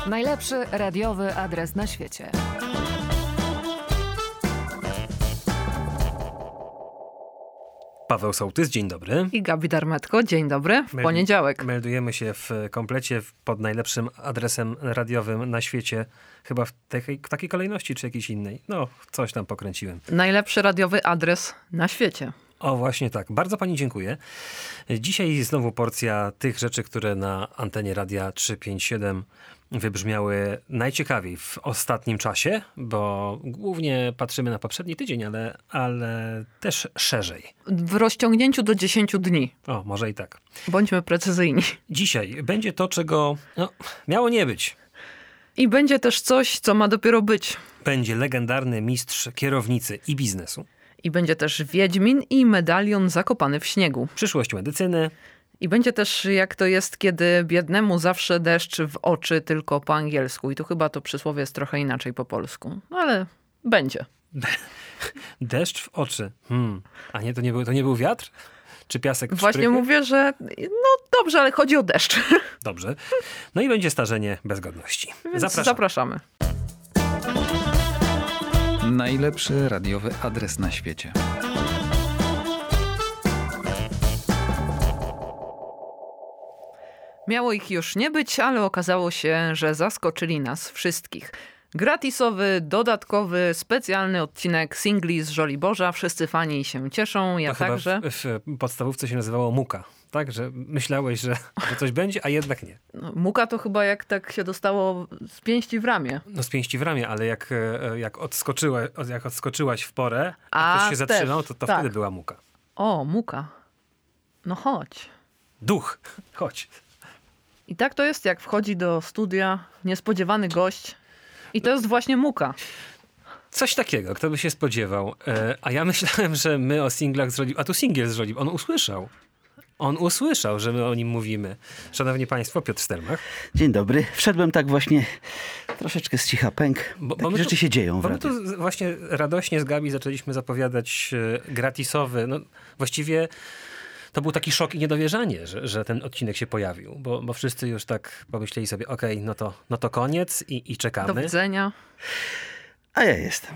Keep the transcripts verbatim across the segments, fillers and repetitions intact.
Najlepszy radiowy adres na świecie. Paweł Sołtys, dzień dobry. I Gabi Darmetko, dzień dobry, w poniedziałek. Meldujemy się w komplecie pod najlepszym adresem radiowym na świecie. Chyba w takiej, w takiej kolejności, czy jakiejś innej. No, coś tam pokręciłem. Najlepszy radiowy adres na świecie. O, właśnie tak. Bardzo pani dziękuję. Dzisiaj znowu porcja tych rzeczy, które na antenie Radia trzysta pięćdziesiąt siedem wybrzmiały najciekawiej w ostatnim czasie, bo głównie patrzymy na poprzedni tydzień, ale, ale też szerzej. W rozciągnięciu do dziesięciu dni. O, może i tak. Bądźmy precyzyjni. Dzisiaj będzie to, czego no, miało nie być. I będzie też coś, co ma dopiero być. Będzie legendarny mistrz kierownicy i biznesu. I będzie też Wiedźmin i medalion zakopany w śniegu. Przyszłość medycyny. I będzie też jak to jest, kiedy biednemu zawsze deszcz w oczy, tylko po angielsku. I tu chyba to przysłowie jest trochę inaczej po polsku. No ale będzie. Deszcz w oczy. Hmm. A nie, to nie był, to nie był wiatr? Czy piasek w Właśnie szprychy? mówię, że no dobrze, ale chodzi o deszcz. Dobrze. No i będzie starzenie bez godności. Więc Zapraszam. zapraszamy. Najlepszy radiowy adres na świecie. Miało ich już nie być, ale okazało się, że zaskoczyli nas wszystkich. Gratisowy, dodatkowy, specjalny odcinek singli z Żoliborza. Wszyscy fani się cieszą, ja To chyba także. W, w podstawówce się nazywało Muka. Tak, że myślałeś, że, że coś będzie, a jednak nie. No, Muka to chyba jak tak się dostało z pięści w ramię. No z pięści w ramię, ale jak, e, jak, odskoczyła, jak odskoczyłaś w porę, A, a ktoś się też, zatrzymał, to, to tak. wtedy była Muka. O, Muka. No chodź. Duch, chodź. I tak to jest, jak wchodzi do studia niespodziewany gość. I to jest właśnie Muka. Coś takiego, kto by się spodziewał. E, a ja myślałem, że my o singlach z Żoliborza, a tu singiel z Żoliborza, on usłyszał. On usłyszał, że my o nim mówimy. Szanowni Państwo, Piotr Stelmach. Dzień dobry. Wszedłem tak właśnie troszeczkę z cicha pęk. Bo, Takie bo my rzeczy tu, się dzieją w bo my radiu. tu właśnie radośnie z Gabi zaczęliśmy zapowiadać e, gratisowy. No, właściwie to był taki szok i niedowierzanie, że, że ten odcinek się pojawił. Bo, bo wszyscy już tak pomyśleli sobie, okej, okay, no, to, no to koniec i, i czekamy. Do widzenia. A ja jestem.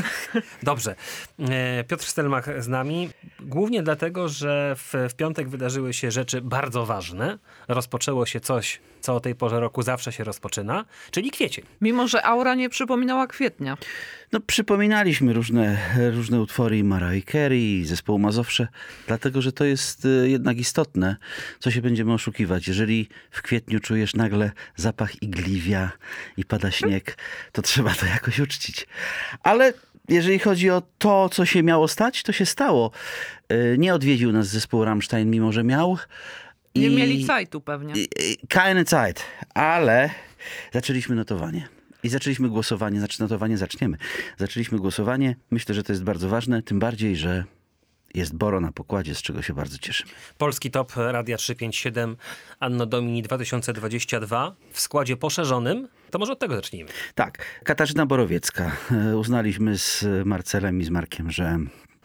Dobrze. E, Piotr Stelmach z nami. Głównie dlatego, że w, w piątek wydarzyły się rzeczy bardzo ważne. Rozpoczęło się coś, co o tej porze roku zawsze się rozpoczyna, czyli kwiecień. Mimo, że aura nie przypominała kwietnia. No, przypominaliśmy różne, różne utwory Mariah Carey, zespołu Mazowsze, dlatego, że to jest y, jednak istotne, co się będziemy oszukiwać. Jeżeli w kwietniu czujesz nagle zapach igliwia i pada śnieg, to trzeba to jakoś uczcić. Ale jeżeli chodzi o to, co się miało stać, to się stało. Y, nie odwiedził nas zespół Rammstein, mimo że miał. Nie I, mieli Zeitu pewnie. i- i- Keine Zeit, ale zaczęliśmy notowanie. I zaczęliśmy głosowanie, znaczy notowanie zaczniemy. Zaczęliśmy głosowanie. Myślę, że to jest bardzo ważne, tym bardziej, że jest Boro na pokładzie, z czego się bardzo cieszymy. Polski top Radia trzysta pięćdziesiąt siedem Anno Domini dwa tysiące dwadzieścia dwa w składzie poszerzonym. To może od tego zacznijmy. Tak, Katarzyna Borowiecka. E, Uznaliśmy z Marcelem i z Markiem, że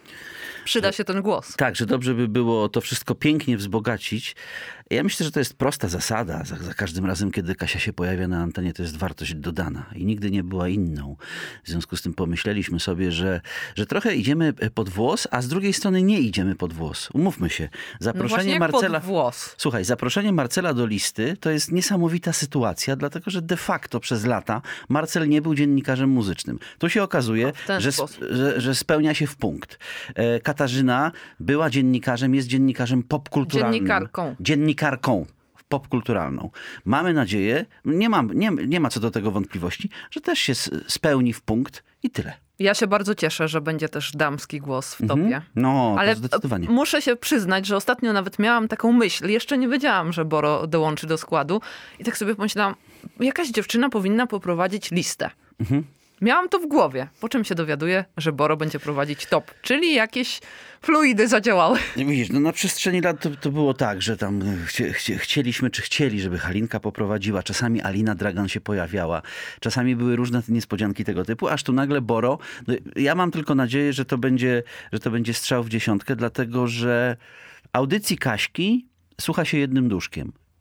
Przyda się ten głos. tak, że dobrze by było to wszystko pięknie wzbogacić. Ja myślę, że to jest prosta zasada. Za, za każdym razem, kiedy Kasia się pojawia na antenie, to jest wartość dodana. I nigdy nie była inną. W związku z tym pomyśleliśmy sobie, że, że trochę idziemy pod włos, a z drugiej strony nie idziemy pod włos. Umówmy się. No Zaproszenie właśnie jak Marcela... pod włos. Słuchaj, zaproszenie Marcela do listy to jest niesamowita sytuacja, dlatego że de facto przez lata Marcel nie był dziennikarzem muzycznym. Tu się okazuje, A, w ten że, sp- sposób. że, że spełnia się w punkt. E, Katarzyna była dziennikarzem, jest dziennikarzem popkulturalnym. Dziennikarką. Dziennikarką popkulturalną. Mamy nadzieję, nie, mam, nie, nie ma co do tego wątpliwości, że też się s- spełni w punkt i tyle. Ja się bardzo cieszę, że będzie też damski głos w topie. No, Ale to zdecydowanie. muszę się przyznać, że ostatnio nawet miałam taką myśl. Jeszcze nie wiedziałam, że Boro dołączy do składu. I tak sobie pomyślałam, jakaś dziewczyna powinna poprowadzić listę. Mhm. Miałam to w głowie, po czym się dowiaduję, że Boro będzie prowadzić top. Czyli jakieś fluidy zadziałały. Widzisz, no na przestrzeni lat to, to było tak, że tam chcie, chcie, chcieliśmy, czy chcieli, żeby Halinka poprowadziła. Czasami Alina Dragan się pojawiała. Czasami były różne niespodzianki tego typu, aż tu nagle Boro. No, ja mam tylko nadzieję, że to będzie, że to będzie strzał w dziesiątkę, dlatego że audycji Kaśki słucha się jednym duszkiem.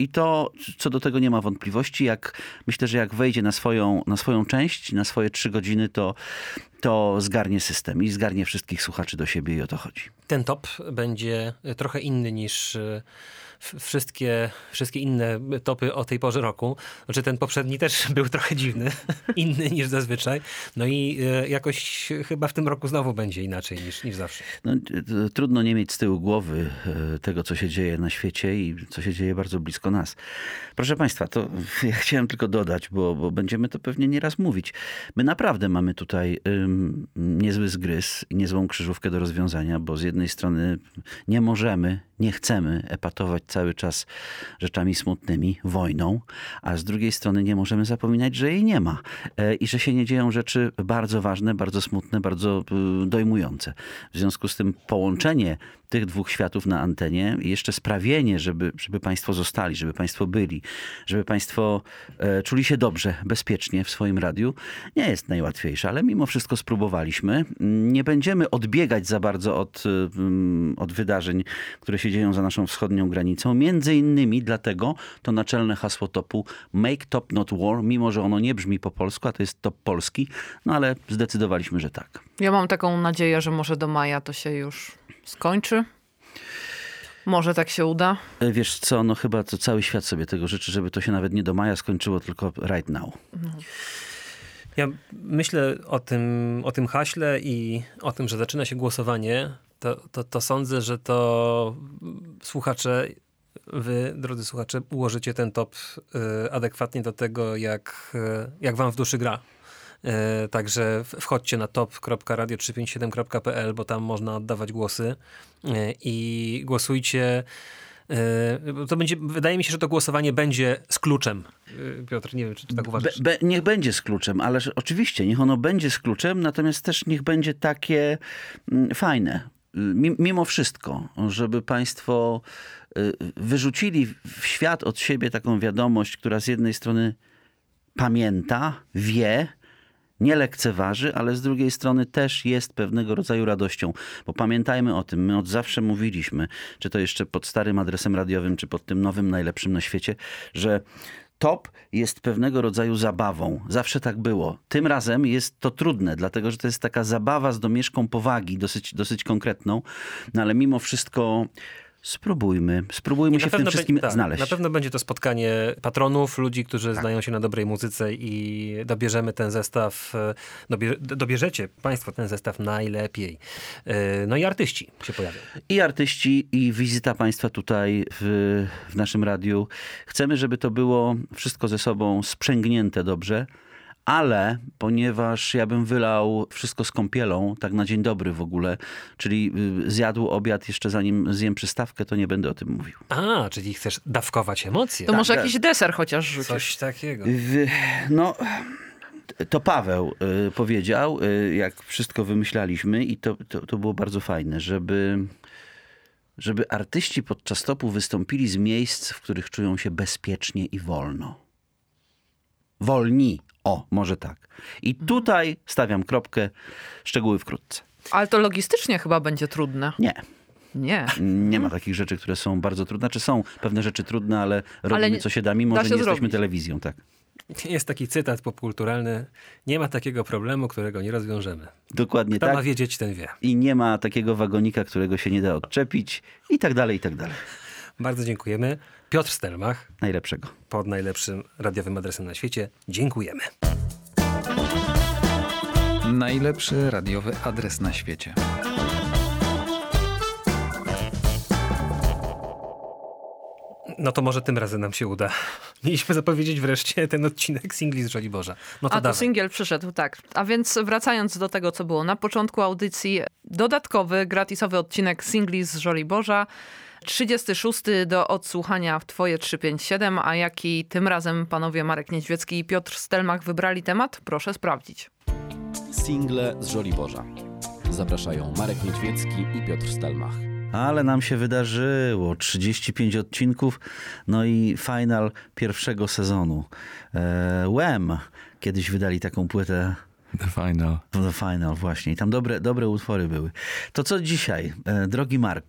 I to, co do tego nie ma wątpliwości, jak myślę, że jak wejdzie na swoją, na swoją część, na swoje trzy godziny, to, to zgarnie system i zgarnie wszystkich słuchaczy do siebie i o to chodzi. Ten top będzie trochę inny niż wszystkie, wszystkie inne topy o tej porze roku. Znaczy ten poprzedni też był trochę dziwny, inny niż zazwyczaj. No i jakoś chyba w tym roku znowu będzie inaczej niż, niż zawsze. No, trudno nie mieć z tyłu głowy tego, co się dzieje na świecie i co się dzieje bardzo blisko nas. Proszę Państwa, to ja chciałem tylko dodać, bo, bo będziemy to pewnie nieraz mówić. My naprawdę mamy tutaj ym, niezły zgryz i niezłą krzyżówkę do rozwiązania, bo z jednej strony nie możemy, nie chcemy epatować cały czas rzeczami smutnymi, wojną, a z drugiej strony nie możemy zapominać, że jej nie ma e, i że się nie dzieją rzeczy bardzo ważne, bardzo smutne, bardzo y, dojmujące. W związku z tym połączenie tych dwóch światów na antenie i jeszcze sprawienie, żeby, żeby Państwo zostali, żeby Państwo byli, żeby Państwo e, czuli się dobrze, bezpiecznie w swoim radiu, nie jest najłatwiejsze, ale mimo wszystko spróbowaliśmy. Nie będziemy odbiegać za bardzo od, y, od wydarzeń, które się dzieją za naszą wschodnią granicą. Między innymi dlatego to naczelne hasło topu Make Top Not War, mimo że ono nie brzmi po polsku, a to jest top polski, no ale zdecydowaliśmy, że tak. Ja mam taką nadzieję, że może do maja to się już skończy. Może tak się uda. Wiesz co, no chyba to cały świat sobie tego życzy, żeby to się nawet nie do maja skończyło, tylko right now. No. Ja myślę o tym, o tym haśle i o tym, że zaczyna się głosowanie. To, to, to sądzę, że to słuchacze, wy, drodzy słuchacze, ułożycie ten top y, adekwatnie do tego, jak, y, jak wam w duszy gra. Y, także wchodźcie na top kropka radio trzysta pięćdziesiąt siedem kropka p l, bo tam można oddawać głosy y, i głosujcie. Y, to będzie, wydaje mi się, że to głosowanie będzie z kluczem. Y, Piotr, nie wiem, czy, czy tak uważasz? Be, be, niech będzie z kluczem, ale oczywiście, niech ono będzie z kluczem, natomiast też niech będzie takie mm, fajne. Mimo wszystko, żeby Państwo wyrzucili w świat od siebie taką wiadomość, która z jednej strony pamięta, wie, nie lekceważy, ale z drugiej strony też jest pewnego rodzaju radością. Bo pamiętajmy o tym, my od zawsze mówiliśmy, czy to jeszcze pod starym adresem radiowym, czy pod tym nowym, najlepszym na świecie, że top jest pewnego rodzaju zabawą. Zawsze tak było. Tym razem jest to trudne, dlatego że to jest taka zabawa z domieszką powagi, dosyć, dosyć konkretną, no ale mimo wszystko spróbujmy. Spróbujmy się w tym wszystkim be, tak, znaleźć. Na pewno będzie to spotkanie patronów, ludzi, którzy tak. znają się na dobrej muzyce i dobierzemy ten zestaw, dobie, dobierzecie Państwo ten zestaw najlepiej. No i artyści się pojawią. I artyści, i wizyta Państwa tutaj w, w naszym radiu. Chcemy, żeby to było wszystko ze sobą sprzęgnięte dobrze. Ale ponieważ ja bym wylał wszystko z kąpielą, tak na dzień dobry w ogóle, czyli zjadł obiad jeszcze zanim zjem przystawkę, to nie będę o tym mówił. A, czyli chcesz dawkować emocje. To tak, może tak. jakiś deser chociaż rzucisz. Coś takiego. No, to Paweł y, powiedział, y, jak wszystko wymyślaliśmy i to, to, to było bardzo fajne, żeby, żeby artyści podczas topu wystąpili z miejsc, w których czują się bezpiecznie i wolno. Wolni. O, może tak. I tutaj stawiam kropkę, szczegóły wkrótce. Ale to logistycznie chyba będzie trudne. Nie. Nie. Nie ma takich rzeczy, które są bardzo trudne. Znaczy są pewne rzeczy trudne, ale robimy ale co się da, mimo da że się nie jesteśmy zrobić. telewizją. Tak. Jest taki cytat popkulturalny. Nie ma takiego problemu, którego nie rozwiążemy. Dokładnie Kto tak. ma wiedzieć, ten wie. I nie ma takiego wagonika, którego się nie da odczepić i tak dalej, i tak dalej. Bardzo dziękujemy. Piotr Stelmach. Najlepszego. Pod najlepszym radiowym adresem na świecie. Dziękujemy. Najlepszy radiowy adres na świecie. No to może tym razem nam się uda. Mieliśmy zapowiedzieć wreszcie ten odcinek singli z Żoliborza. No to A to dawaj. singiel przyszedł, tak. A więc wracając do tego, co było na początku audycji, dodatkowy, gratisowy odcinek singli z Żoliborza. trzydziesty szósty do odsłuchania w Twoje trzysta pięćdziesiąt siedem, a jaki tym razem panowie Marek Niedźwiecki i Piotr Stelmach wybrali temat? Proszę sprawdzić. Single z Żoliborza. Zapraszają Marek Niedźwiecki i Piotr Stelmach. Ale nam się wydarzyło. trzydzieści pięć odcinków, no i final pierwszego sezonu. E, Wham! Kiedyś wydali taką płytę. The Final. The Final, właśnie. I tam dobre, dobre utwory były. To co dzisiaj, e, drogi Marku?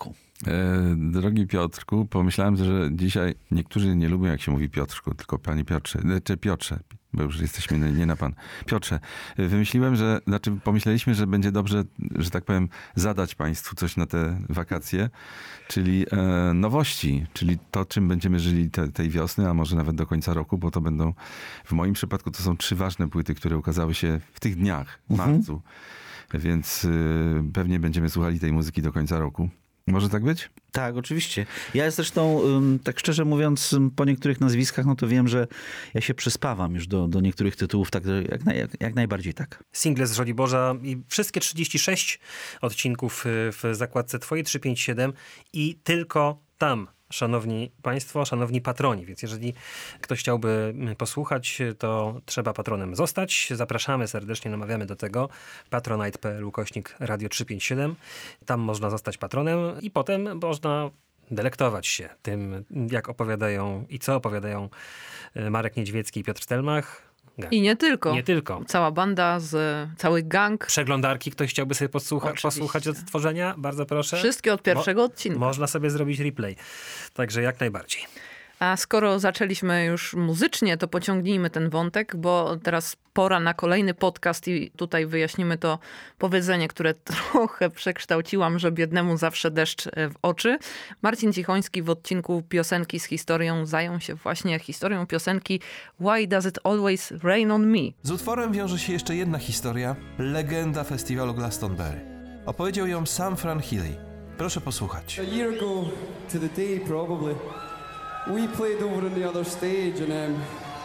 E, drogi Piotrku, pomyślałem, że dzisiaj niektórzy nie lubią, jak się mówi Piotrku, tylko panie Piotrze, czy Piotrze, bo już jesteśmy nie na pan. Piotrze, wymyśliłem, że, znaczy pomyśleliśmy, że będzie dobrze, że tak powiem, zadać państwu coś na te wakacje, czyli e, nowości, czyli to, czym będziemy żyli te, tej wiosny, a może nawet do końca roku, bo to będą, w moim przypadku to są trzy ważne płyty, które ukazały się w tych dniach, w Mhm. marcu, więc y, pewnie będziemy słuchali tej muzyki do końca roku. Może tak być? Tak, oczywiście. Ja zresztą, ym, tak szczerze mówiąc, ym, po niektórych nazwiskach, no to wiem, że ja się przyspawam już do, do niektórych tytułów, tak jak, naj, jak, jak najbardziej tak. Single z Żoliborza i wszystkie trzydzieści sześć odcinków y, w zakładce Twoje trzysta pięćdziesiąt siedem i tylko tam. Szanowni Państwo, szanowni patroni, więc jeżeli ktoś chciałby posłuchać, to trzeba patronem zostać. Zapraszamy serdecznie, namawiamy do tego. patronite kropka p l ukośnik radio trzysta pięćdziesiąt siedem. Tam można zostać patronem i potem można delektować się tym, jak opowiadają i co opowiadają Marek Niedźwiecki i Piotr Stelmach. I nie tylko. Nie tylko. Cała banda, z cały gang. Przeglądarki, ktoś chciałby sobie posłucha- posłuchać odtworzenia? Bardzo proszę. Wszystkie od pierwszego Mo- odcinka. Można sobie zrobić replay. Także jak najbardziej. A skoro zaczęliśmy już muzycznie, to pociągnijmy ten wątek, bo teraz pora na kolejny podcast i tutaj wyjaśnimy to powiedzenie, które trochę przekształciłam, że biednemu zawsze deszcz w oczy. Marcin Cichoński w odcinku Piosenki z historią zajął się właśnie historią piosenki Why Does It Always Rain on Me? Z utworem wiąże się jeszcze jedna historia, legenda festiwalu Glastonbury. Opowiedział ją sam Fran Healy. Proszę posłuchać. A year ago to the day probably, we played over on the other stage and um,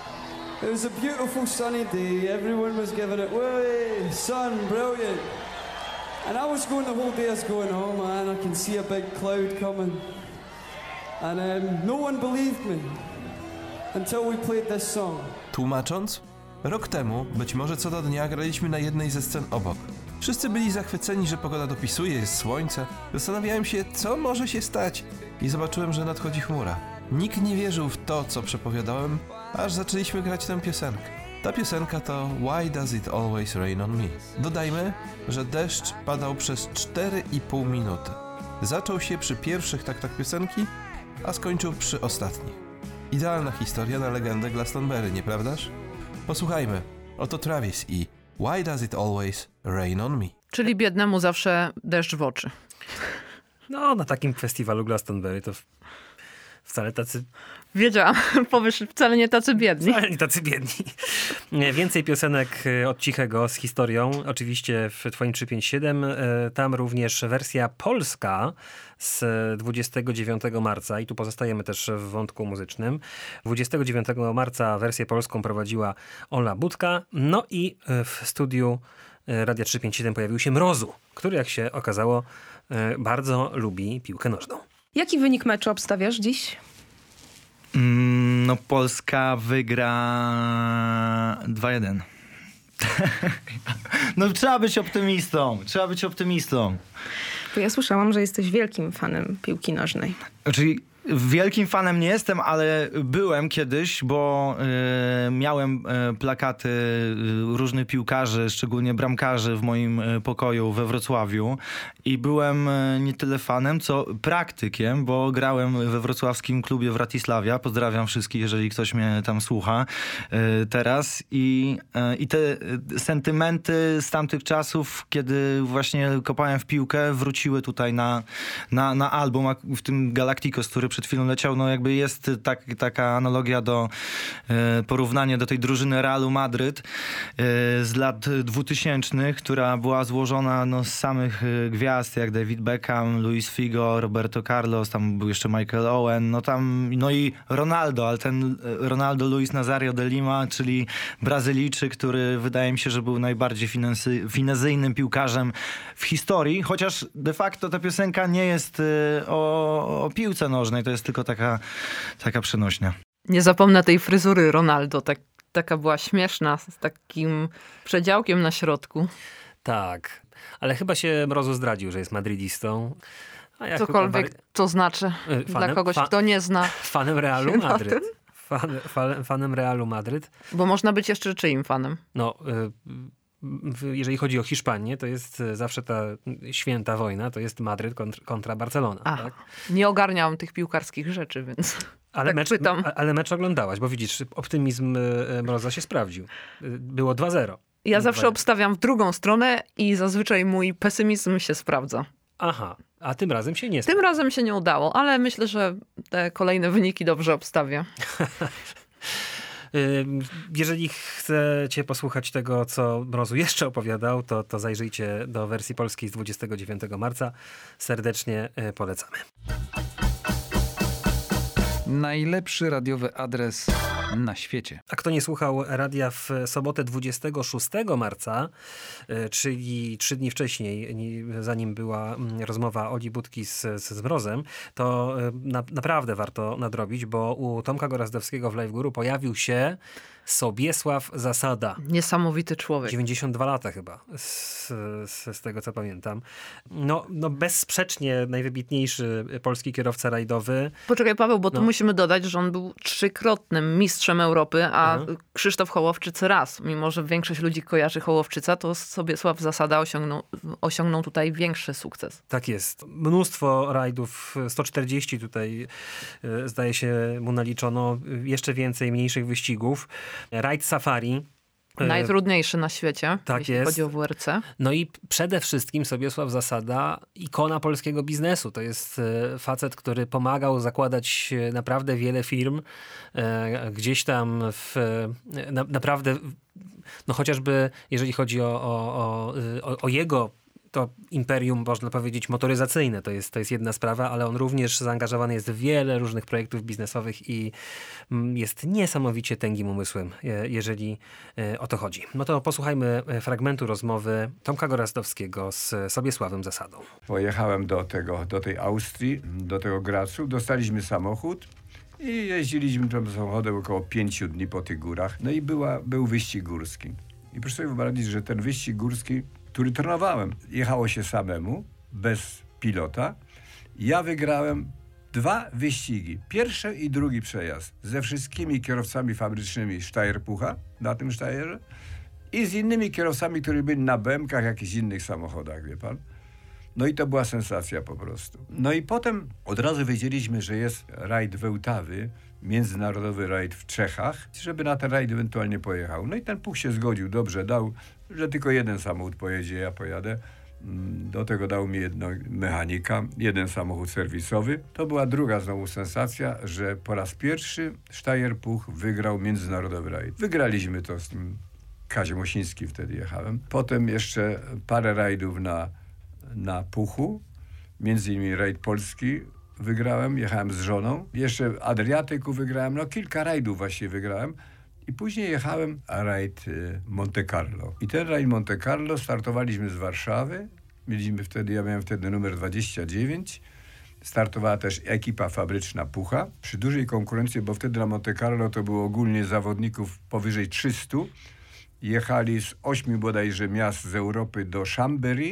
it was a beautiful sunny day, everyone was giving it, way, sun, brilliant. And I was going the whole day, I was going, oh man, I can see a big cloud coming. And um, no one believed me until we played this song. Tłumacząc, rok temu, być może co do dnia, graliśmy na jednej ze scen obok. Wszyscy byli zachwyceni, że pogoda dopisuje, jest słońce. Zastanawiałem się, co może się stać i zobaczyłem, że nadchodzi chmura. Nikt nie wierzył w to, co przepowiadałem, aż zaczęliśmy grać tę piosenkę. Ta piosenka to Why Does It Always Rain on Me? Dodajmy, że deszcz padał przez cztery i pół minuty. Zaczął się przy pierwszych taktach piosenki, a skończył przy ostatnich. Idealna historia na legendę Glastonbury, nieprawdaż? Posłuchajmy. Oto Travis i Why Does It Always Rain on Me? Czyli biednemu zawsze deszcz w oczy. No, na takim festiwalu Glastonbury to w- wcale tacy, Wiedziałam, powiesz, wcale nie tacy biedni. wcale nie tacy biedni. Nie, Więcej piosenek e, od Cichego z historią, oczywiście w Twoim trzysta pięćdziesiąt siedem. E, Tam również wersja polska z dwudziestego dziewiątego marca i tu pozostajemy też w wątku muzycznym. dwudziestego dziewiątego marca wersję polską prowadziła Ola Budka. No i e, w studiu e, Radia trzysta pięćdziesiąt siedem pojawił się Mrozu, który jak się okazało e, bardzo lubi piłkę nożną. Jaki wynik meczu obstawiasz dziś? Mm, no Polska wygra dwa jeden. No trzeba być optymistą, trzeba być optymistą. Bo ja słyszałam, że jesteś wielkim fanem piłki nożnej. Znaczy, wielkim fanem nie jestem, ale byłem kiedyś, bo y, miałem y, plakaty y, różnych piłkarzy, szczególnie bramkarzy w moim y, pokoju we Wrocławiu i byłem y, nie tyle fanem, co praktykiem, bo grałem we wrocławskim klubie Wratysławia. Pozdrawiam wszystkich, jeżeli ktoś mnie tam słucha y, teraz. I, y, I te y, sentymenty z tamtych czasów, kiedy właśnie kopałem w piłkę, wróciły tutaj na, na, na album, a w tym Galacticos, który przed chwilą leciał, no jakby jest tak, taka analogia do e, porównanie do tej drużyny Realu Madryt e, z lat dwutysięcznych, która była złożona no, z samych e, gwiazd, jak David Beckham, Luis Figo, Roberto Carlos, tam był jeszcze Michael Owen, no tam, no i Ronaldo, ale ten Ronaldo Luis Nazario de Lima, czyli Brazylijczyk, który wydaje mi się, że był najbardziej finansy, finezyjnym piłkarzem w historii, chociaż de facto ta piosenka nie jest e, o, o piłce nożnej, to jest tylko taka, taka przenośnia. Nie zapomnę tej fryzury Ronaldo, tak, taka była śmieszna, z takim przedziałkiem na środku. Tak, ale chyba się Mrozu zdradził, że jest madrydistą. A ja Cokolwiek chyba bar- to znaczy Fanem- dla kogoś, fa- kto nie zna. Fanem Realu Madryt. Fan, fa, fanem Realu Madryt. Bo można być jeszcze czyim fanem? No, y, w, jeżeli chodzi o Hiszpanię, to jest zawsze ta święta wojna, to jest Madryt kontra, kontra Barcelona. A, tak? Nie ogarniałam tych piłkarskich rzeczy, więc Ale, tak mecz, pytam. ale mecz oglądałaś, bo widzisz, optymizm e, Mroza się sprawdził. E, Było dwa zero. Ja zawsze Dwa- obstawiam w drugą stronę i zazwyczaj mój pesymizm się sprawdza. Aha, a tym razem się nie Tym razem się nie udało, ale myślę, że te kolejne wyniki dobrze obstawię. Ym, Jeżeli chcecie posłuchać tego, co Mrozu jeszcze opowiadał, to, to zajrzyjcie do wersji polskiej z dwudziestego dziewiątego marca. Serdecznie y, polecamy. Najlepszy radiowy adres na świecie. A kto nie słuchał radia w sobotę dwudziestego szóstego marca, y, czyli trzy dni wcześniej, ni- zanim była mm, rozmowa Oli Budki z, z, z Mrozem, to y, na, naprawdę warto nadrobić, bo u Tomka Gorazdowskiego w Live Guru pojawił się Sobiesław Zasada. Niesamowity człowiek. dziewięćdziesiąt dwa lata chyba, z, z, z tego co pamiętam. No, no bezsprzecznie najwybitniejszy polski kierowca rajdowy. Poczekaj Paweł, bo tu No. musimy dodać, że on był trzykrotnym mistrzem Europy, a Mhm. Krzysztof Hołowczyc raz. Mimo że większość ludzi kojarzy Hołowczyca, to Sobiesław Zasada osiągnął, osiągnął tutaj większy sukces. Tak jest. Mnóstwo rajdów, sto czterdzieści tutaj e, zdaje się mu naliczono, jeszcze więcej mniejszych wyścigów. Rajd Safari. E, Najtrudniejszy na świecie, tak jeśli jest. chodzi o W R C. No i przede wszystkim Sobiesław Zasada, ikona polskiego biznesu. To jest e, facet, który pomagał zakładać e, naprawdę wiele firm. E, Gdzieś tam w, e, na, naprawdę, no chociażby jeżeli chodzi o, o, o, o, o jego to imperium, można powiedzieć, motoryzacyjne. To jest, to jest jedna sprawa, ale on również zaangażowany jest w wiele różnych projektów biznesowych i mm, jest niesamowicie tęgim umysłem, je- jeżeli e, o to chodzi. No to posłuchajmy e, fragmentu rozmowy Tomka Gorazdowskiego z Sobiesławem Zasadą. Pojechałem do tego, do tej Austrii, do tego Gracu, dostaliśmy samochód i jeździliśmy tym samochodem około pięciu dni po tych górach. No i była, był wyścig górski. I proszę sobie wyobrazić, że ten wyścig górski, który trenowałem, jechało się samemu, bez pilota. Ja wygrałem dwa wyścigi. Pierwszy i drugi przejazd ze wszystkimi kierowcami fabrycznymi Steyr-Pucha na tym Steyerze i z innymi kierowcami, którzy byli na B M kach, jakichś innych samochodach, wie pan. No i to była sensacja po prostu. No i potem od razu wiedzieliśmy, że jest rajd Wełtawy, międzynarodowy rajd w Czechach, żeby na ten rajd ewentualnie pojechał. No i ten Puch się zgodził, dobrze, dał, że tylko jeden samochód pojedzie, ja pojadę. Do tego dał mi jedno mechanika, jeden samochód serwisowy. To była druga znowu sensacja, że po raz pierwszy Steyr-Puch wygrał międzynarodowy rajd. Wygraliśmy to z tym Kaziem Osińskim, wtedy jechałem. Potem jeszcze parę rajdów na, na Puchu, między innymi rajd polski wygrałem, jechałem z żoną. Jeszcze Adriatyku wygrałem, no kilka rajdów właśnie wygrałem. I później jechałem a rajd y, Monte Carlo. I ten rajd Monte Carlo startowaliśmy z Warszawy. Mieliśmy wtedy, ja miałem wtedy numer dwadzieścia dziewięć. Startowała też ekipa fabryczna Pucha. Przy dużej konkurencji, bo wtedy na Monte Carlo to było ogólnie zawodników powyżej trzystu. Jechali z ośmiu bodajże miast z Europy do Chambéry.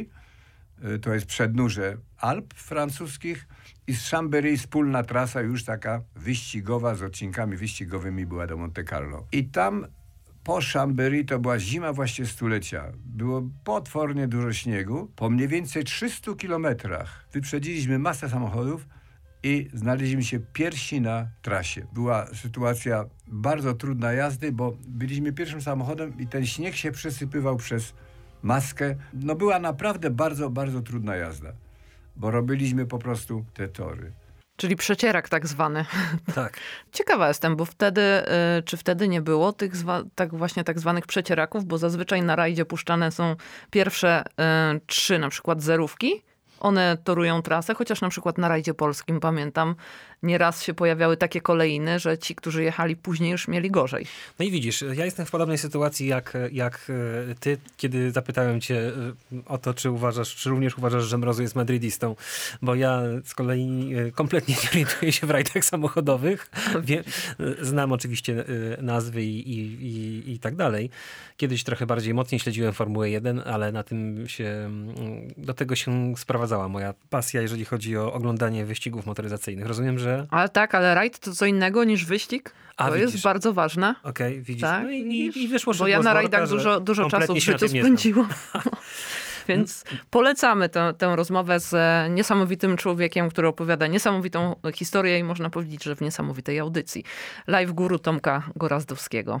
Y, to jest przednóże Alp francuskich. I z Chambéry wspólna trasa już taka wyścigowa, z odcinkami wyścigowymi była do Monte Carlo. I tam po Chambéry to była zima właśnie stulecia. Było potwornie dużo śniegu. Po mniej więcej trzystu kilometrach wyprzedziliśmy masę samochodów i znaleźliśmy się pierwsi na trasie. Była sytuacja bardzo trudna jazdy, bo byliśmy pierwszym samochodem i ten śnieg się przesypywał przez maskę. No była naprawdę bardzo, bardzo trudna jazda, bo robiliśmy po prostu te tory. Czyli przecierak tak zwany. Tak. Ciekawa jestem, bo wtedy, y, czy wtedy nie było tych zwa- tak właśnie tak zwanych przecieraków, bo zazwyczaj na rajdzie puszczane są pierwsze y, trzy na przykład zerówki. One torują trasę, chociaż na przykład na rajdzie polskim, pamiętam, nieraz się pojawiały takie kolejny, że ci, którzy jechali później, już mieli gorzej. No i widzisz, ja jestem w podobnej sytuacji jak, jak e, ty, kiedy zapytałem cię e, o to, czy uważasz, czy również uważasz, że Mrozu jest madrydistą, bo ja z kolei e, kompletnie nie orientuję się w rajdach samochodowych. Wie, e, znam oczywiście e, nazwy i, i, i, i tak dalej. Kiedyś trochę bardziej mocniej śledziłem Formułę jeden, ale na tym się, mm, do tego się sprowadzała moja pasja, jeżeli chodzi o oglądanie wyścigów motoryzacyjnych. Rozumiem, że także... Ale tak, ale rajd to co innego niż wyścig. A, to widzisz. jest bardzo ważne. Okej, okay, widzisz. Tak, no i, i, i wyszło, że bo ja na rajdach dużo, dużo czasu w życiu spędziłam. Więc polecamy tę, tę rozmowę z niesamowitym człowiekiem, który opowiada niesamowitą historię i można powiedzieć, że w niesamowitej audycji. Live Guru Tomka Gorazdowskiego.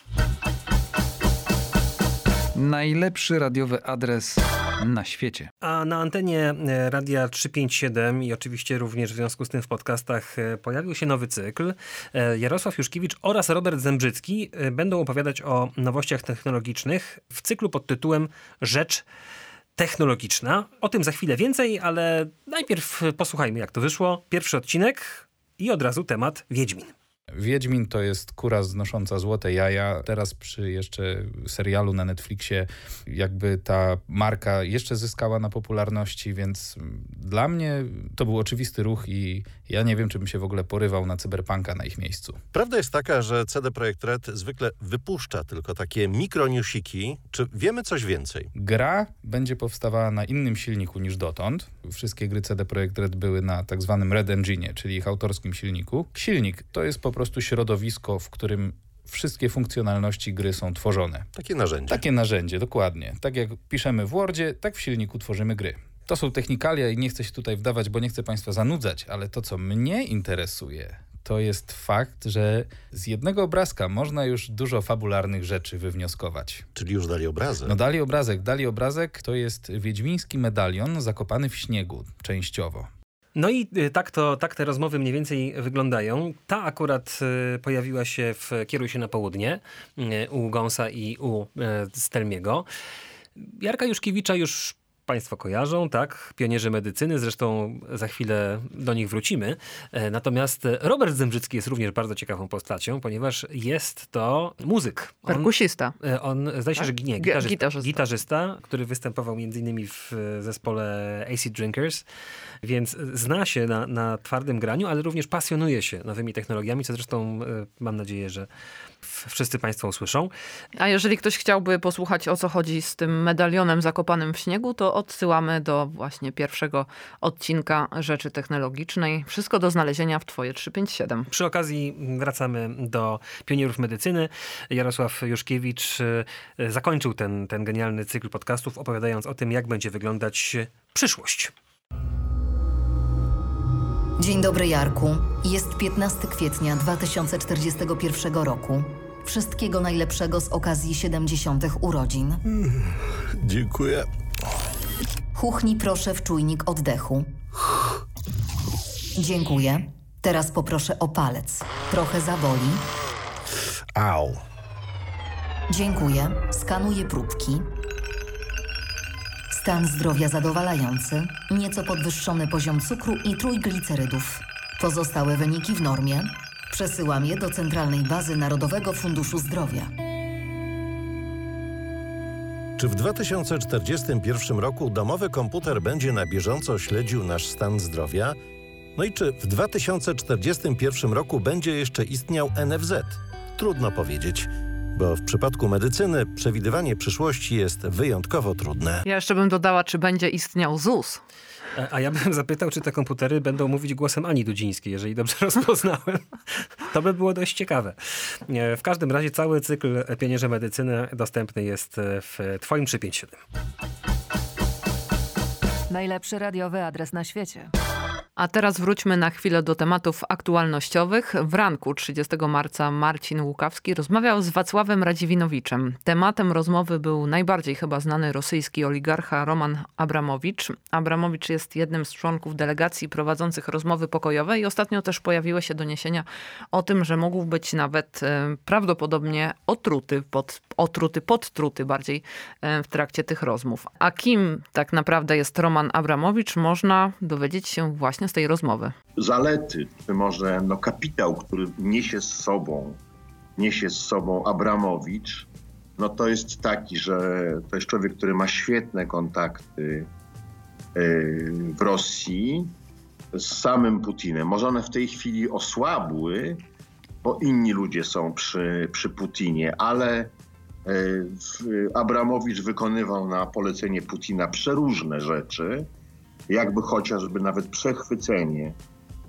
Najlepszy radiowy adres na świecie. A na antenie Radia trzysta pięćdziesiąt siedem i oczywiście również w związku z tym w podcastach pojawił się nowy cykl. Jarosław Juszkiewicz oraz Robert Zembrzycki będą opowiadać o nowościach technologicznych w cyklu pod tytułem Rzecz technologiczna. O tym za chwilę więcej, ale najpierw posłuchajmy, jak to wyszło. Pierwszy odcinek i od razu temat Wiedźmin. Wiedźmin to jest kura znosząca złote jaja. Teraz przy jeszcze serialu na Netflixie jakby ta marka jeszcze zyskała na popularności, więc dla mnie to był oczywisty ruch i ja nie wiem, czy bym się w ogóle porywał na cyberpunka na ich miejscu. Prawda jest taka, że C D Projekt Red zwykle wypuszcza tylko takie mikronewsiki. Czy wiemy coś więcej? Gra będzie powstawała na innym silniku niż dotąd. Wszystkie gry C D Projekt Red były na tak zwanym Red Engine, czyli ich autorskim silniku. Silnik to jest po prostu środowisko, w którym wszystkie funkcjonalności gry są tworzone. Takie narzędzie. Takie narzędzie, dokładnie. Tak jak piszemy w Wordzie, tak w silniku tworzymy gry. To są technikalia i nie chcę się tutaj wdawać, bo nie chcę Państwa zanudzać, ale to, co mnie interesuje, to jest fakt, że z jednego obrazka można już dużo fabularnych rzeczy wywnioskować. Czyli już dali obrazek? No dali obrazek. Dali obrazek to jest wiedźmiński medalion zakopany w śniegu częściowo. No i tak, to, tak te rozmowy mniej więcej wyglądają. Ta akurat y, pojawiła się w Kieruj się na południe y, u Gonsa i u y, Stelmiego. Jarka Juszkiewicza już Państwo kojarzą, tak? Pionierzy medycyny, zresztą za chwilę do nich wrócimy. Natomiast Robert Zembrzycki jest również bardzo ciekawą postacią, ponieważ jest to muzyk. On, Perkusista. On, zdaje się, tak? że nie, gitarzysta, gitarzysta. gitarzysta, który występował między innymi w zespole Acid Drinkers, więc zna się na, na twardym graniu, ale również pasjonuje się nowymi technologiami, co zresztą mam nadzieję, że wszyscy Państwo usłyszą. A jeżeli ktoś chciałby posłuchać, o co chodzi z tym medalionem zakopanym w śniegu, to odsyłamy do właśnie pierwszego odcinka Rzeczy Technologicznej. Wszystko do znalezienia w Twoje trzysta pięćdziesiąt siedem. Przy okazji wracamy do pionierów medycyny. Jarosław Juszkiewicz zakończył ten, ten genialny cykl podcastów, opowiadając o tym, jak będzie wyglądać przyszłość. Dzień dobry, Jarku. Jest piętnastego kwietnia dwa tysiące czterdziestego pierwszego roku. Wszystkiego najlepszego z okazji siedemdziesiątych urodzin. Dziękuję. Chuchnij proszę w czujnik oddechu. Dziękuję. Teraz poproszę o palec. Trochę zaboli. Au. Dziękuję. Skanuję próbki. Stan zdrowia zadowalający. Nieco podwyższony poziom cukru i trójglicerydów. Pozostałe wyniki w normie. Przesyłam je do Centralnej Bazy Narodowego Funduszu Zdrowia. Czy w dwa tysiące czterdziestym pierwszym roku domowy komputer będzie na bieżąco śledził nasz stan zdrowia? No i czy w dwa tysiące czterdziestym pierwszym roku będzie jeszcze istniał N F Z? Trudno powiedzieć, bo w przypadku medycyny przewidywanie przyszłości jest wyjątkowo trudne. Ja jeszcze bym dodała, czy będzie istniał Z U S. A ja bym zapytał, czy te komputery będą mówić głosem Ani Dudzińskiej, jeżeli dobrze rozpoznałem. To by było dość ciekawe. W każdym razie cały cykl Pionierze Medycyny dostępny jest w Twoim trzysta pięćdziesiąt siedem. Najlepszy radiowy adres na świecie. A teraz wróćmy na chwilę do tematów aktualnościowych. W ranku trzydziestego marca Marcin Łukawski rozmawiał z Wacławem Radziwinowiczem. Tematem rozmowy był najbardziej chyba znany rosyjski oligarcha Roman Abramowicz. Abramowicz jest jednym z członków delegacji prowadzących rozmowy pokojowe i ostatnio też pojawiły się doniesienia o tym, że mógł być nawet e, prawdopodobnie otruty, pod, otruty, podtruty bardziej e, w trakcie tych rozmów. A kim tak naprawdę jest Roman Abramowicz, można dowiedzieć się właśnie z tej rozmowy. Zalety, czy może no, kapitał, który niesie z sobą, niesie z sobą Abramowicz, no to jest taki, że to jest człowiek, który ma świetne kontakty yy, w Rosji z samym Putinem. Może one w tej chwili osłabły, bo inni ludzie są przy, przy Putinie, ale yy, Abramowicz wykonywał na polecenie Putina przeróżne rzeczy, jakby chociażby nawet przechwycenie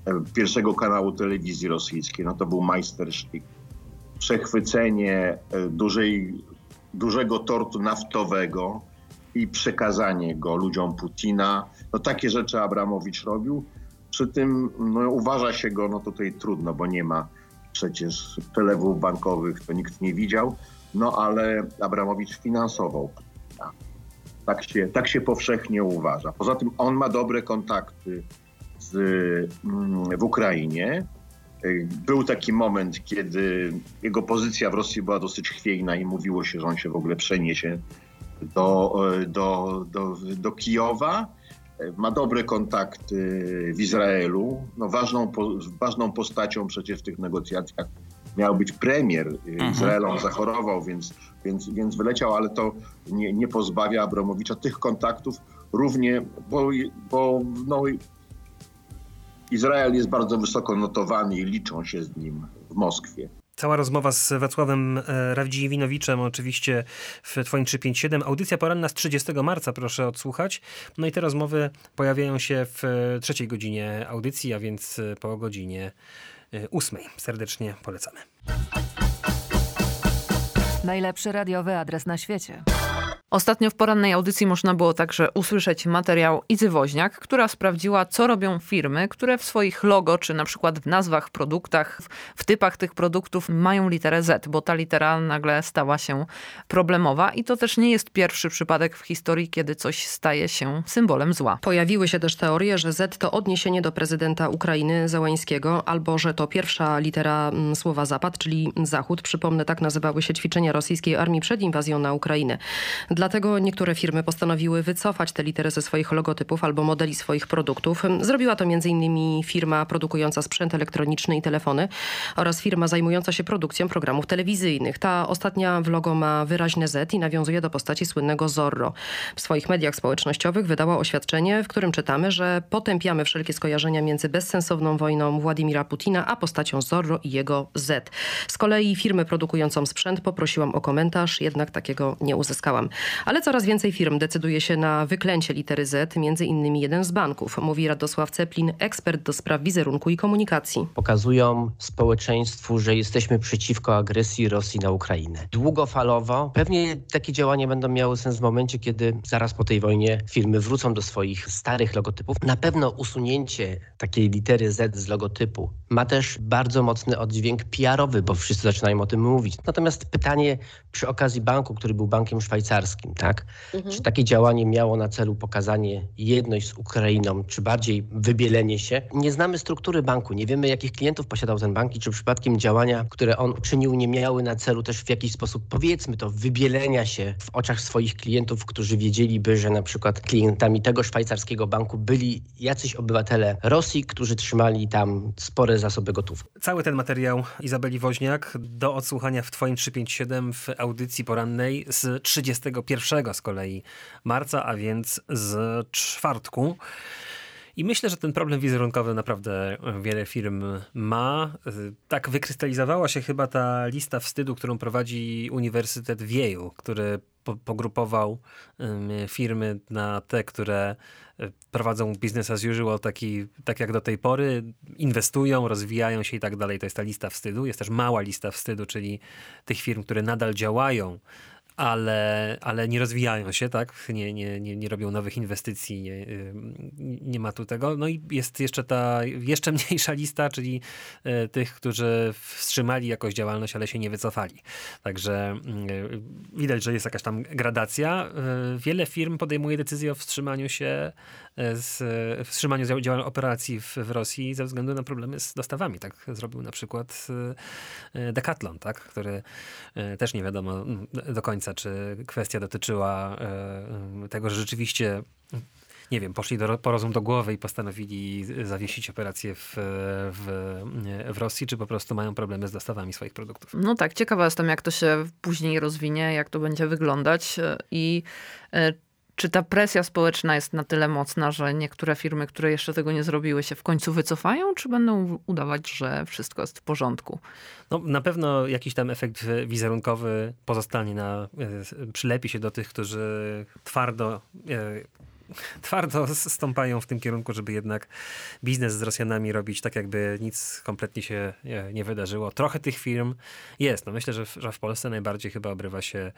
pierwszego kanału telewizji rosyjskiej. No to był majstersztyk. Przechwycenie dużej, dużego tortu naftowego i przekazanie go ludziom Putina. No takie rzeczy Abramowicz robił. Przy tym no, uważa się go, no tutaj trudno, bo nie ma przecież przelewów bankowych, to nikt nie widział, no ale Abramowicz finansował Putina. Tak się, tak się powszechnie uważa. Poza tym on ma dobre kontakty z, w Ukrainie. Był taki moment, kiedy jego pozycja w Rosji była dosyć chwiejna i mówiło się, że on się w ogóle przeniesie do, do, do, do Kijowa. Ma dobre kontakty w Izraelu. No ważną, ważną postacią przecież w tych negocjacjach miał być premier Izraela. On zachorował, więc, więc, więc wyleciał, ale to nie, nie pozbawia Abramowicza tych kontaktów równie, bo, bo no, Izrael jest bardzo wysoko notowany i liczą się z nim w Moskwie. Cała rozmowa z Wacławem Rawdzijewinowiczem oczywiście w Twoim trzysta pięćdziesiąt siedem. Audycja poranna z trzydziestego marca, proszę odsłuchać. No i te rozmowy pojawiają się w trzeciej godzinie audycji, a więc po godzinie ósmej. Serdecznie polecamy. Najlepszy radiowy adres na świecie. Ostatnio w porannej audycji można było także usłyszeć materiał Izy Woźniak, która sprawdziła, co robią firmy, które w swoich logo, czy na przykład w nazwach, produktach, w typach tych produktów mają literę Z, bo ta litera nagle stała się problemowa i to też nie jest pierwszy przypadek w historii, kiedy coś staje się symbolem zła. Pojawiły się też teorie, że Z to odniesienie do prezydenta Ukrainy Zełańskiego, albo że to pierwsza litera słowa Zapad, czyli Zachód. Przypomnę, tak nazywały się ćwiczenia rosyjskiej armii przed inwazją na Ukrainę. Dlatego niektóre firmy postanowiły wycofać te litery ze swoich logotypów albo modeli swoich produktów. Zrobiła to między innymi firma produkująca sprzęt elektroniczny i telefony oraz firma zajmująca się produkcją programów telewizyjnych. Ta ostatnia w logo ma wyraźne Z i nawiązuje do postaci słynnego Zorro. W swoich mediach społecznościowych wydała oświadczenie, w którym czytamy, że potępiamy wszelkie skojarzenia między bezsensowną wojną Władimira Putina a postacią Zorro i jego Z. Z kolei firmę produkującą sprzęt poprosiłam o komentarz, jednak takiego nie uzyskałam. Ale coraz więcej firm decyduje się na wyklęcie litery Z, między innymi jeden z banków, mówi Radosław Ceplin, ekspert do spraw wizerunku i komunikacji. Pokazują społeczeństwu, że jesteśmy przeciwko agresji Rosji na Ukrainę. Długofalowo pewnie takie działania będą miały sens w momencie, kiedy zaraz po tej wojnie firmy wrócą do swoich starych logotypów. Na pewno usunięcie takiej litery Z z logotypu ma też bardzo mocny oddźwięk P R-owy, bo wszyscy zaczynają o tym mówić. Natomiast pytanie przy okazji banku, który był bankiem szwajcarskim, tak? Mhm. Czy takie działanie miało na celu pokazanie jedność z Ukrainą, czy bardziej wybielenie się? Nie znamy struktury banku, nie wiemy, jakich klientów posiadał ten bank i czy przypadkiem działania, które on uczynił, nie miały na celu też w jakiś sposób, powiedzmy to, wybielenia się w oczach swoich klientów, którzy wiedzieliby, że na przykład klientami tego szwajcarskiego banku byli jacyś obywatele Rosji, którzy trzymali tam spore zasoby gotówki. Cały ten materiał Izabeli Woźniak do odsłuchania w Twoim trzysta pięćdziesiąt siedem w audycji porannej z trzydziestego pierwszego z kolei marca, a więc z czwartku. I myślę, że ten problem wizerunkowy naprawdę wiele firm ma. Tak wykrystalizowała się chyba ta lista wstydu, którą prowadzi Uniwersytet w Yale, który po- pogrupował um, firmy na te, które prowadzą business as usual, taki, tak jak do tej pory, inwestują, rozwijają się i tak dalej. To jest ta lista wstydu. Jest też mała lista wstydu, czyli tych firm, które nadal działają, ale, ale nie rozwijają się, tak? Nie, nie, nie, nie robią nowych inwestycji, nie, nie ma tu tego. No i jest jeszcze ta jeszcze mniejsza lista, czyli tych, którzy wstrzymali jakąś działalność, ale się nie wycofali. Także widać, że jest jakaś tam gradacja. Wiele firm podejmuje decyzję o wstrzymaniu się z wstrzymaniu działania operacji w, w Rosji ze względu na problemy z dostawami. Tak zrobił na przykład Decathlon, tak? Który też nie wiadomo do końca, czy kwestia dotyczyła tego, że rzeczywiście, nie wiem, poszli do, po rozum do głowy i postanowili zawiesić operację w, w, w Rosji, czy po prostu mają problemy z dostawami swoich produktów. No tak, ciekawa jestem, jak to się później rozwinie, jak to będzie wyglądać i czy ta presja społeczna jest na tyle mocna, że niektóre firmy, które jeszcze tego nie zrobiły, się w końcu wycofają, czy będą udawać, że wszystko jest w porządku? No, na pewno jakiś tam efekt wizerunkowy pozostanie, na, przylepi się do tych, którzy twardo twardo stąpają w tym kierunku, żeby jednak biznes z Rosjanami robić tak, jakby nic kompletnie się nie, nie wydarzyło. Trochę tych firm jest. No myślę, że w, że w Polsce najbardziej chyba obrywa się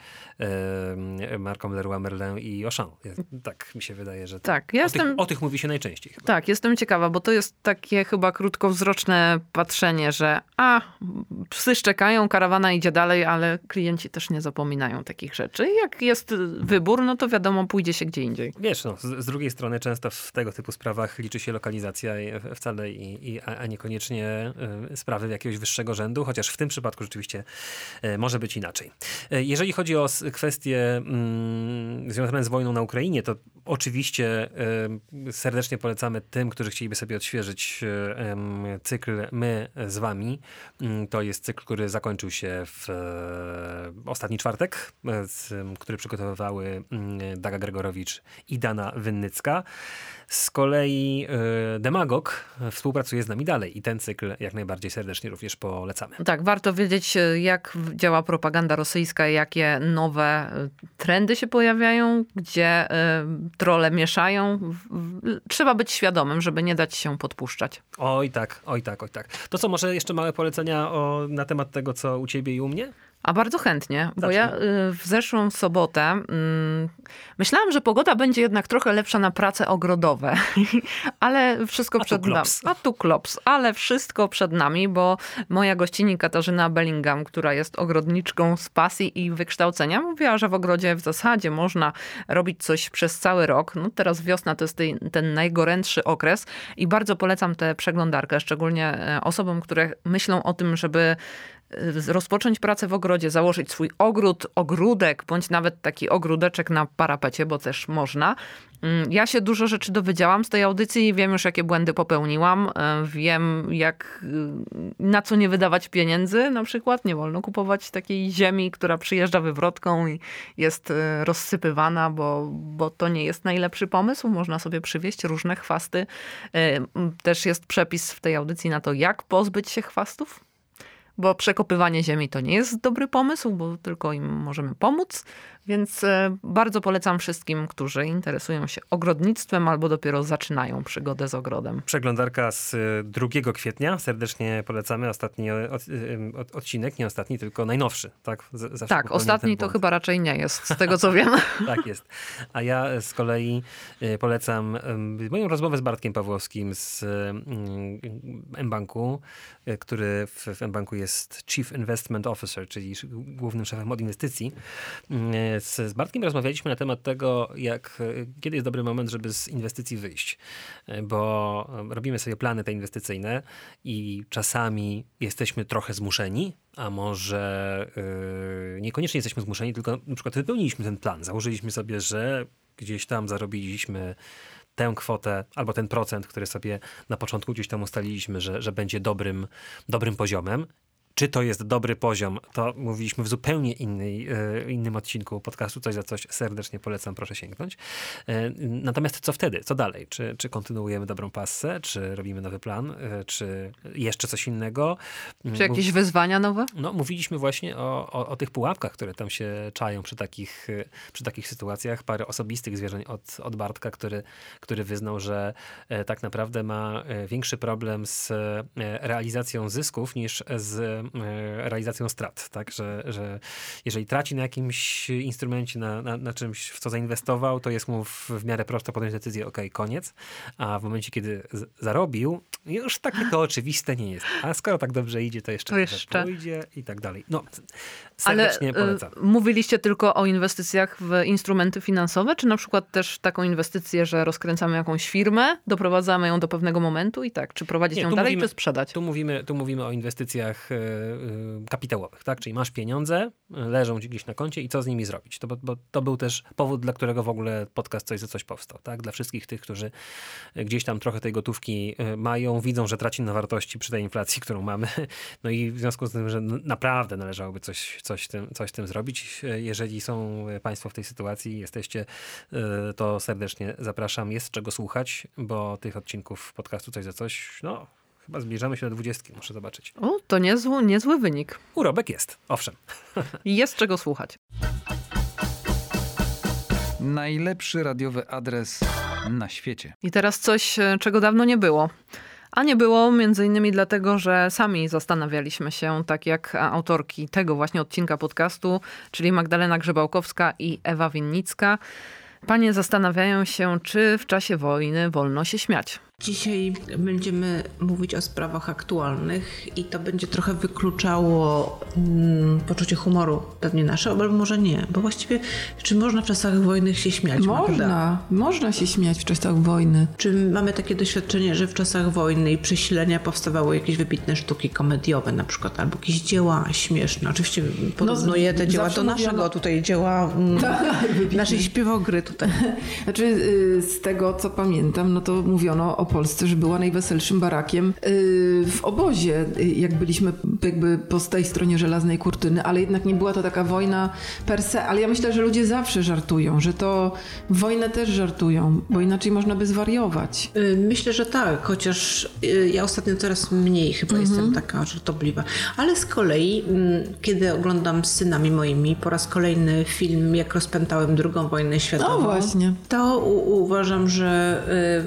e, marką Leroy Merlin i Auchan. Tak mi się wydaje, że tak, ja o, jestem... tych, o tych mówi się najczęściej. Chyba. Tak, jestem ciekawa, bo to jest takie chyba krótkowzroczne patrzenie, że a, psy szczekają, karawana idzie dalej, ale klienci też nie zapominają takich rzeczy. I jak jest wybór, no to wiadomo, pójdzie się gdzie indziej. Wiesz, no, z, z drugiej strony często w tego typu sprawach liczy się lokalizacja wcale i, i, a niekoniecznie y, sprawy jakiegoś wyższego rzędu, chociaż w tym przypadku rzeczywiście y, może być inaczej. Y, jeżeli chodzi o kwestie y, związane z wojną na Ukrainie, to oczywiście y, serdecznie polecamy tym, którzy chcieliby sobie odświeżyć y, cykl My z wami. Y, to jest cykl, który zakończył się w y, ostatni czwartek, y, który przygotowywały y, Daga Gregorowicz i Dana Wynnycka. Z kolei y, Demagog współpracuje z nami dalej i ten cykl jak najbardziej serdecznie również polecamy. Tak, warto wiedzieć, jak działa propaganda rosyjska, jakie nowe trendy się pojawiają, gdzie y, trolle mieszają. Trzeba być świadomym, żeby nie dać się podpuszczać. Oj tak, oj tak, oj tak. To co, może jeszcze małe polecenia o, na temat tego, co u ciebie i u mnie? A bardzo chętnie, bo Zacznij. ja y, w zeszłą sobotę y, myślałam, że pogoda będzie jednak trochę lepsza na prace ogrodowe, ale wszystko A przed tu nami. klops. A tu klops, ale wszystko przed nami, bo moja gościni Katarzyna Bellingham, która jest ogrodniczką z pasji i wykształcenia, mówiła, że w ogrodzie w zasadzie można robić coś przez cały rok. No teraz wiosna to jest tej, ten najgorętszy okres i bardzo polecam tę przeglądarkę, szczególnie osobom, które myślą o tym, żeby rozpocząć pracę w ogrodzie, założyć swój ogród, ogródek, bądź nawet taki ogródeczek na parapecie, bo też można. Ja się dużo rzeczy dowiedziałam z tej audycji, wiem już jakie błędy popełniłam, wiem jak, na co nie wydawać pieniędzy na przykład. Nie wolno kupować takiej ziemi, która przyjeżdża wywrotką i jest rozsypywana, bo, bo to nie jest najlepszy pomysł. Można sobie przywieźć różne chwasty. Też jest przepis w tej audycji na to, jak pozbyć się chwastów. Bo przekopywanie ziemi to nie jest dobry pomysł, bo tylko im możemy pomóc. Więc bardzo polecam wszystkim, którzy interesują się ogrodnictwem albo dopiero zaczynają przygodę z ogrodem. Przeglądarka z drugiego kwietnia. Serdecznie polecamy. Ostatni od, od, odcinek, nie ostatni, tylko najnowszy. Tak, Z, tak ostatni to chyba raczej nie jest, z tego co wiem. Tak jest. A ja z kolei polecam moją rozmowę z Bartkiem Pawłowskim z mBanku, który w mBanku jest Chief Investment Officer, czyli głównym szefem od inwestycji. Z, z Bartkiem rozmawialiśmy na temat tego, jak, kiedy jest dobry moment, żeby z inwestycji wyjść. Bo robimy sobie plany te inwestycyjne i czasami jesteśmy trochę zmuszeni, a może yy, niekoniecznie jesteśmy zmuszeni, tylko na przykład wypełniliśmy ten plan. Założyliśmy sobie, że gdzieś tam zarobiliśmy tę kwotę albo ten procent, który sobie na początku gdzieś tam ustaliliśmy, że, że będzie dobrym, dobrym poziomem. Czy to jest dobry poziom, to mówiliśmy w zupełnie innej, innym odcinku podcastu. Coś za coś serdecznie polecam, proszę sięgnąć. Natomiast co wtedy? Co dalej? Czy, czy kontynuujemy dobrą passę? Czy robimy nowy plan? Czy jeszcze coś innego? Czy jakieś Mów... wyzwania nowe? No, mówiliśmy właśnie o, o, o tych pułapkach, które tam się czają przy takich, przy takich sytuacjach. Parę osobistych zwierzeń od, od Bartka, który, który wyznał, że tak naprawdę ma większy problem z realizacją zysków niż z realizacją strat, tak, że, że jeżeli traci na jakimś instrumencie, na, na, na czymś, w co zainwestował, to jest mu w, w miarę prosto podjąć decyzję, ok, koniec, a w momencie, kiedy z, zarobił, już takie to oczywiste nie jest. A skoro tak dobrze idzie, to jeszcze, to jeszcze. pójdzie i tak dalej. No, serdecznie Ale polecam. Y, mówiliście tylko o inwestycjach w instrumenty finansowe, czy na przykład też taką inwestycję, że rozkręcamy jakąś firmę, doprowadzamy ją do pewnego momentu i tak, czy prowadzić nie, ją dalej, mówimy, czy sprzedać? Tu mówimy, tu mówimy o inwestycjach kapitałowych, tak? Czyli masz pieniądze, leżą ci gdzieś na koncie i co z nimi zrobić? To, bo, bo to był też powód, dla którego w ogóle podcast Coś za Coś powstał, tak? Dla wszystkich tych, którzy gdzieś tam trochę tej gotówki mają, widzą, że traci na wartości przy tej inflacji, którą mamy. No i w związku z tym, że naprawdę należałoby coś, coś, tym, coś z tym zrobić. Jeżeli są państwo w tej sytuacji, jesteście, to serdecznie zapraszam. Jest czego słuchać, bo tych odcinków podcastu Coś za Coś, no chyba zbliżamy się do dwudziestki, muszę zobaczyć. O, to niezły, niezły wynik. Urobek jest, owszem. Jest czego słuchać. Najlepszy radiowy adres na świecie. I teraz coś, czego dawno nie było. A nie było między innymi dlatego, że sami zastanawialiśmy się, tak jak autorki tego właśnie odcinka podcastu, czyli Magdalena Grzebałkowska i Ewa Winnicka. Panie zastanawiają się, czy w czasie wojny wolno się śmiać. Dzisiaj będziemy mówić o sprawach aktualnych i to będzie trochę wykluczało mm, poczucie humoru pewnie nasze, albo może nie, bo właściwie czy można w czasach wojny się śmiać? Można, Magda? można się śmiać w czasach wojny. Czy mamy takie doświadczenie, że w czasach wojny i przesilenia powstawały jakieś wybitne sztuki komediowe na przykład, albo jakieś dzieła śmieszne? Oczywiście porównuję te dzieła do naszego mówiono... tutaj dzieła, mm, naszej śpiewogry tutaj. Znaczy y, z tego co pamiętam, no to mówiono o Polsce, że była najweselszym barakiem y, w obozie, y, jak byliśmy jakby po tej stronie żelaznej kurtyny, ale jednak nie była to taka wojna per se, ale ja myślę, że ludzie zawsze żartują, że to wojnę też żartują, bo inaczej można by zwariować. Y, myślę, że tak, chociaż y, ja ostatnio coraz mniej chyba mhm. jestem taka żartobliwa, ale z kolei y, kiedy oglądam z synami moimi po raz kolejny film, jak rozpętałem drugą wojnę światową, no właśnie. to u, uważam, że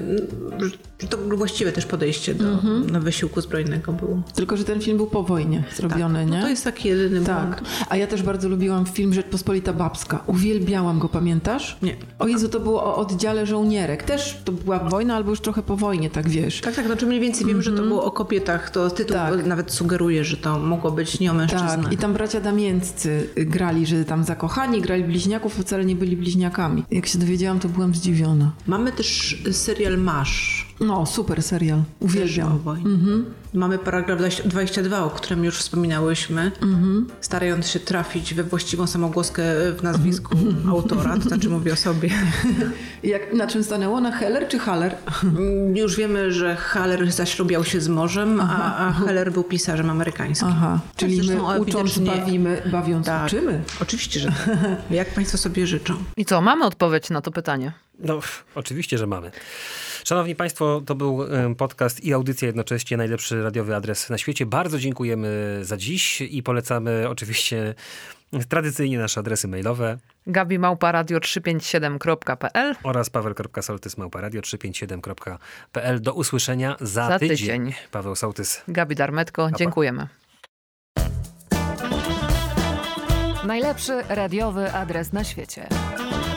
y, że to właściwe też podejście do, mm-hmm. do wysiłku zbrojnego było. Tylko, że ten film był po wojnie zrobiony, tak. nie? No to jest taki jedyny tak. błąd. A ja też bardzo lubiłam film Rzeczpospolita Babska. Uwielbiałam go, pamiętasz? Nie. O Jezu, to było o oddziale żołnierek. Też to była wojna, albo już trochę po wojnie, tak wiesz. Tak, tak, znaczy mniej więcej wiem, mm-hmm. że to było o kobietach. To tytuł tak. nawet sugeruje, że to mogło być nie o mężczyznach. Tak, i tam bracia Damięccy grali, że tam zakochani, grali bliźniaków, wcale nie byli bliźniakami. Jak się dowiedziałam, to byłam zdziwiona. Mamy też serial Masz. No, super serial. Uwielbiam. Mhm. Mamy paragraf dwadzieścia dwa, o którym już wspominałyśmy, mhm. starając się trafić we właściwą samogłoskę w nazwisku mhm. autora, to znaczy mówię o sobie. Jak, na czym stanęło? Na Heller czy Haller? Już wiemy, że Haller zaślubiał się z morzem, a, a Heller był pisarzem amerykańskim. Aha, czyli my ucząc ewidencznie... bawimy, bawiąc tak. uczymy. Oczywiście, że tak. Jak państwo sobie życzą. I co, mamy odpowiedź na to pytanie? No, oczywiście, że mamy. Szanowni Państwo, to był podcast i audycja jednocześnie, najlepszy radiowy adres na świecie. Bardzo dziękujemy za dziś i polecamy oczywiście tradycyjnie nasze adresy mailowe. gabi małpa radio trzysta pięćdziesiąt siedem kropka p l oraz paweł.sołtys małpa radio trzysta pięćdziesiąt siedem kropka p l. Do usłyszenia za, za tydzień. tydzień. Paweł Sołtys. Gabi Darmetko, Pa, dziękujemy. Najlepszy radiowy adres na świecie.